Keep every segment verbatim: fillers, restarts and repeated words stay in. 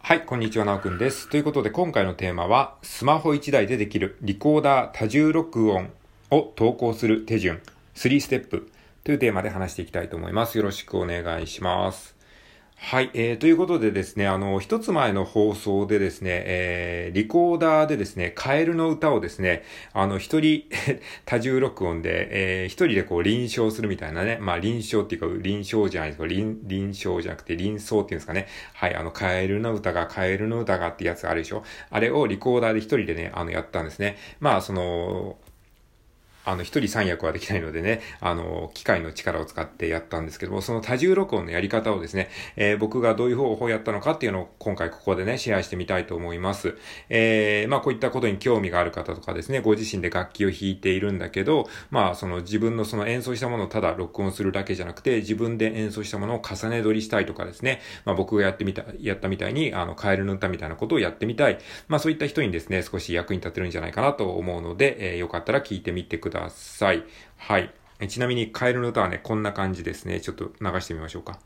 はい、こんにちは、なおくんです。ということで、今回のテーマは、スマホいちだいでできるリコーダー多重録音を投稿する手順、スリーステップというテーマで話していきたいと思います。よろしくお願いします。はい、えー、ということでですね、あの、一つ前の放送でですね、えー、リコーダーでですね、カエルの歌をですね、あの、一人多重録音で、えー、一人でこう、臨床するみたいなね、まあ、臨床っていうか、臨床じゃないですか、臨、臨床じゃなくて、臨床っていうんですかね。はい、あの、カエルの歌が、カエルの歌がってやつあるでしょ。あれをリコーダーで一人でね、あの、やったんですね。まあ、その、あの、一人三役はできないのでね、あの、機械の力を使ってやったんですけども、その多重録音のやり方をですね、えー、僕がどういう方法をやったのかっていうのを今回ここでね、シェアしてみたいと思います。えー、まあこういったことに興味がある方とかですね、ご自身で楽器を弾いているんだけど、まあその自分のその演奏したものをただ録音するだけじゃなくて、自分で演奏したものを重ね撮りしたいとかですね、まあ僕がやってみた、やったみたいに、あの、カエルの歌みたいなことをやってみたい。まあそういった人にですね、少し役に立てるんじゃないかなと思うので、えー、よかったら聞いてみてください。はい。ちなみにカエルの歌はね、こんな感じですね。ちょっと流してみましょうか。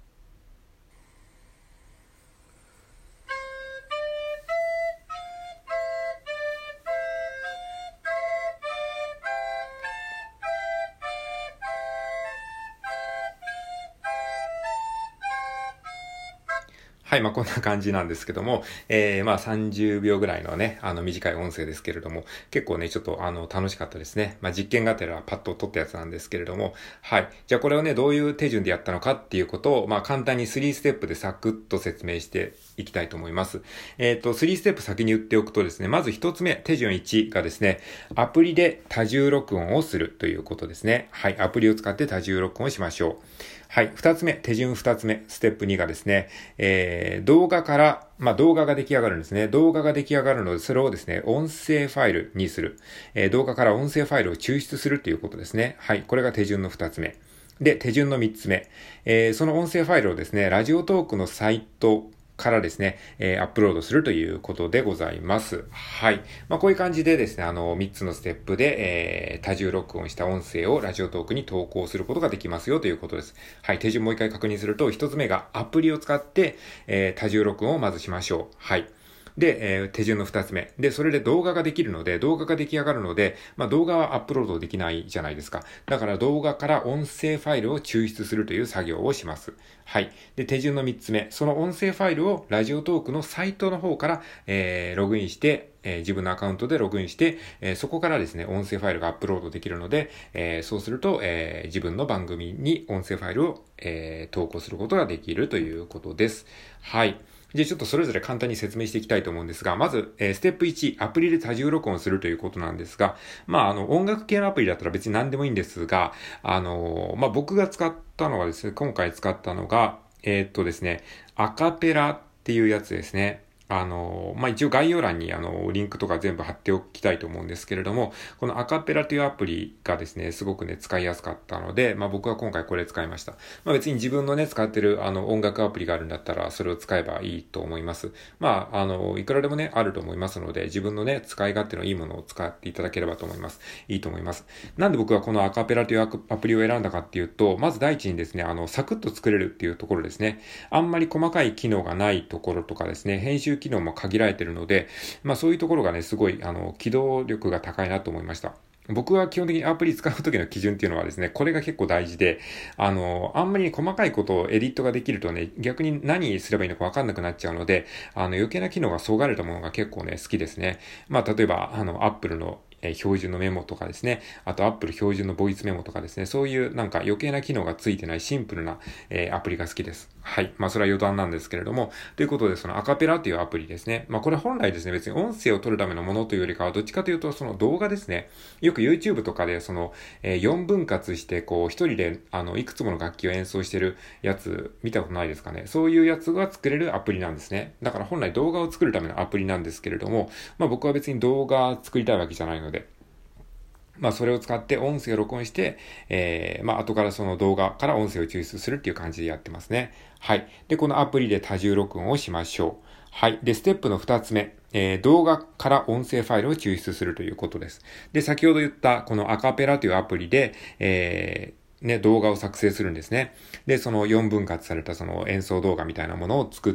はい、まあこんな感じなんですけども、えー、まあさんじゅうびょうぐらいのね、あの短い音声ですけれども、結構ね、ちょっとあの楽しかったですね。まあ実験がてらパッと撮ったやつなんですけれども、はい。じゃあこれをね、どういう手順でやったのかっていうことを、まあ簡単にスリーステップでサクッと説明していきたいと思います。えっと、スリーステップ先に言っておくとですね、まずひとつめ、手順いちがですね、アプリで多重録音をするということですね。はい。アプリを使って多重録音をしましょう。はい。二つ目、手順二つ目、ステップにがですね、えー、動画から、まあ、動画が出来上がるんですね。動画が出来上がるので、それをですね、音声ファイルにする。えー、動画から音声ファイルを抽出するということですね。はい。これが手順の二つ目。で、手順の三つ目。えー、その音声ファイルをですね、ラジオトークのサイト、からですね、えー、アップロードするということでございます。はい。まあ、こういう感じでですね、あの、みっつのステップで、えー、多重録音した音声をラジオトークに投稿することができますよということです。はい。手順もう一回確認すると、ひとつめがアプリを使って、えー、多重録音をまずしましょう。はい。で、えー、手順の二つ目。で、それで動画ができるので、動画が出来上がるので、まあ動画はアップロードできないじゃないですか。だから動画から音声ファイルを抽出するという作業をします。はい。で、手順の三つ目。その音声ファイルをラジオトークのサイトの方から、えー、ログインして、えー、自分のアカウントでログインして、えー、そこからですね、音声ファイルがアップロードできるので、えー、そうすると、えー、自分の番組に音声ファイルを、えー、投稿することができるということです。はい。じゃあちょっとそれぞれ簡単に説明していきたいと思うんですが、まず、えー、ステップいち、アプリで多重録音するということなんですが、まあ、あの、音楽系のアプリだったら別に何でもいいんですが、あのー、まあ、僕が使ったのはですね、今回使ったのが、えー、っとですね、アカペラっていうやつですね。あの、まあ、一応概要欄にあの、リンクとか全部貼っておきたいと思うんですけれども、このアカペラというアプリがですね、すごくね、使いやすかったので、まあ、僕は今回これ使いました。まあ、別に自分のね、使ってるあの、音楽アプリがあるんだったら、それを使えばいいと思います。まあ、あの、いくらでもね、あると思いますので、自分のね、使い勝手のいいものを使っていただければと思います。いいと思います。なんで僕はこのアカペラというアプリを選んだかっていうと、まず第一にですね、あの、サクッと作れるっていうところですね。あんまり細かい機能がないところとかですね、編集機能も限られているので、まあそういうところがね、すごい、あの、機動力が高いなと思いました。僕は基本的にアプリ使う時の基準っていうのはですね、これが結構大事で、あの、あんまり細かいことをエディットができるとね、逆に何すればいいのかわかんなくなっちゃうので、あの、余計な機能がそがれたものが結構ね、好きですね。まあ例えば、あの、Apple のえー、標準のメモとかですね。あと Apple 標準のボイスメモとかですね。そういうなんか余計な機能がついてないシンプルな、えー、アプリが好きです。はい。まあそれは余談なんですけれども。ということでそのアカペラというアプリですね。まあこれ本来ですね、別に音声を取るためのものというよりかはどっちかというとその動画ですね。よく YouTube とかでその、えー、よんぶん割してこう一人であのいくつもの楽器を演奏してるやつ見たことないですかね。そういうやつが作れるアプリなんですね。だから本来動画を作るためのアプリなんですけれども、まあ僕は別に動画作りたいわけじゃないので、まあそれを使って音声を録音して、えー、まあ後からその動画から音声を抽出するっていう感じでやってますね。はい。で、このアプリで多重録音をしましょう。はい。で、ステップの二つ目。えー、動画から音声ファイルを抽出するということです。で、先ほど言ったこのアカペラというアプリで、えーね、動画を作成するんですね。で、そのよんぶん割されたその演奏動画みたいなものを作って、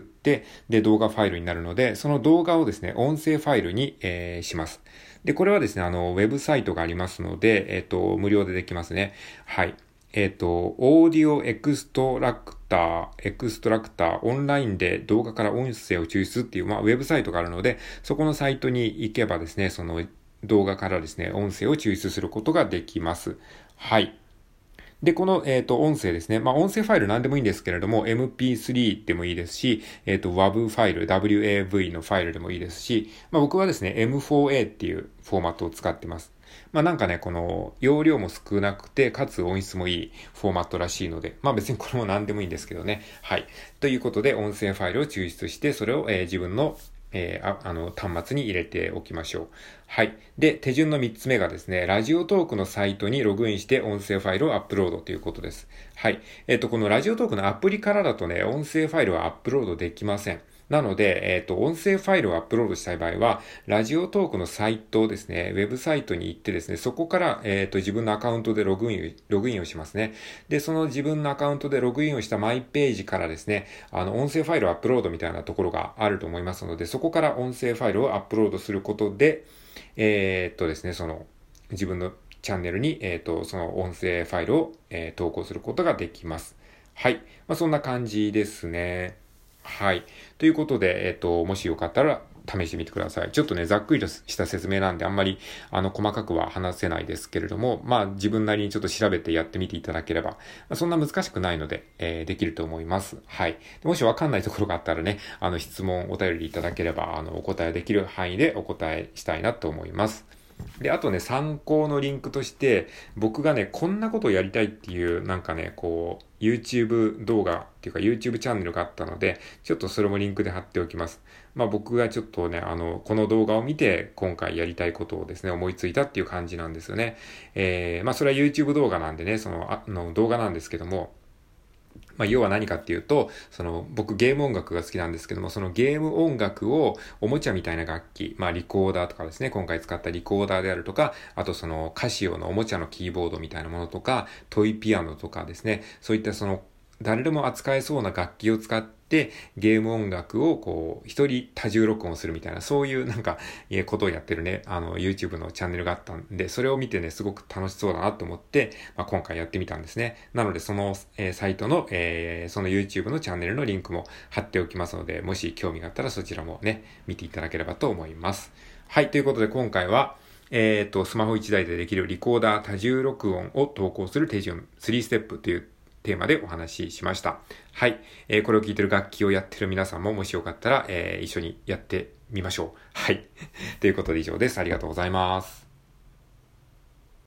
で、動画ファイルになるので、その動画をですね、音声ファイルに、えー、します。で、これはですね、あの、ウェブサイトがありますので、えっと、無料でできますね。はい。えっと、オーディオエクストラクター、エクストラクター、オンラインで動画から音声を抽出っていう、まあ、ウェブサイトがあるので、そこのサイトに行けばですね、その動画からですね、音声を抽出することができます。はい。で、この、えっと、音声ですね。まあ、音声ファイル何でもいいんですけれども、エムピースリー でもいいですし、えっと、ダブリュー ファイル、ダブリューエーブイ のファイルでもいいですし、まあ、僕はですね、エムフォーエー っていうフォーマットを使ってます。まあ、なんかね、この、容量も少なくて、かつ音質もいいフォーマットらしいので、まあ、別にこれも何でもいいんですけどね。はい。ということで、音声ファイルを抽出して、それを、えー、自分のえー、ああの、端末に入れておきましょう。はい。で、手順のみっつめがですね、ラジオトークのサイトにログインして音声ファイルをアップロードということです。はい。えっと、このラジオトークのアプリからだとね、音声ファイルはアップロードできません。なので、えっと、音声ファイルをアップロードしたい場合は、ラジオトークのサイトですね、ウェブサイトに行ってですね、そこから、えっと、自分のアカウントでログイン、ログインをしますね。で、その自分のアカウントでログインをしたマイページからですね、あの、音声ファイルアップロードみたいなところがあると思いますので、そこから音声ファイルをアップロードすることで、えー、っとですね、その、自分のチャンネルに、えー、っと、その音声ファイルを、えー、投稿することができます。はい。まあ、そんな感じですね。はい。ということで、えっと、もしよかったら試してみてください。ちょっとね、ざっくりとした説明なんで、あんまり、あの、細かくは話せないですけれども、まあ、自分なりにちょっと調べてやってみていただければ、まあ、そんな難しくないので、えー、できると思います。はい。もしわかんないところがあったらね、あの、質問、お便りいただければ、あの、お答えできる範囲でお答えしたいなと思います。で、あとね、参考のリンクとして、僕がね、こんなことをやりたいっていう、なんかね、こう、YouTube 動画っていうか YouTube チャンネルがあったので、ちょっとそれもリンクで貼っておきます。まあ僕がちょっとね、あの、この動画を見て、今回やりたいことをですね、思いついたっていう感じなんですよね。えー、まあそれは YouTube 動画なんでね、その、あの動画なんですけども、まあ、要は何かっていうと、その、僕ゲーム音楽が好きなんですけども、そのゲーム音楽をおもちゃみたいな楽器、まあ、リコーダーとかですね、今回使ったリコーダーであるとか、あとその、カシオのおもちゃのキーボードみたいなものとか、トイピアノとかですね、そういったその、誰でも扱えそうな楽器を使ってゲーム音楽をこう一人多重録音するみたいなそういうなんかことをやってるねあの YouTube のチャンネルがあったんでそれを見てねすごく楽しそうだなと思って、まあ、今回やってみたんですね。なのでその、えー、サイトの、えー、その YouTube のチャンネルのリンクも貼っておきますのでもし興味があったらそちらもね見ていただければと思います。はい、ということで今回はえっとスマホいちだいでできるリコーダー多重録音を投稿する手順さんステップというテーマでお話ししました。はい。えー、これを聞いてる楽器をやってる皆さんももしよかったら、えー、一緒にやってみましょう。はい。ということで以上です。ありがとうございます。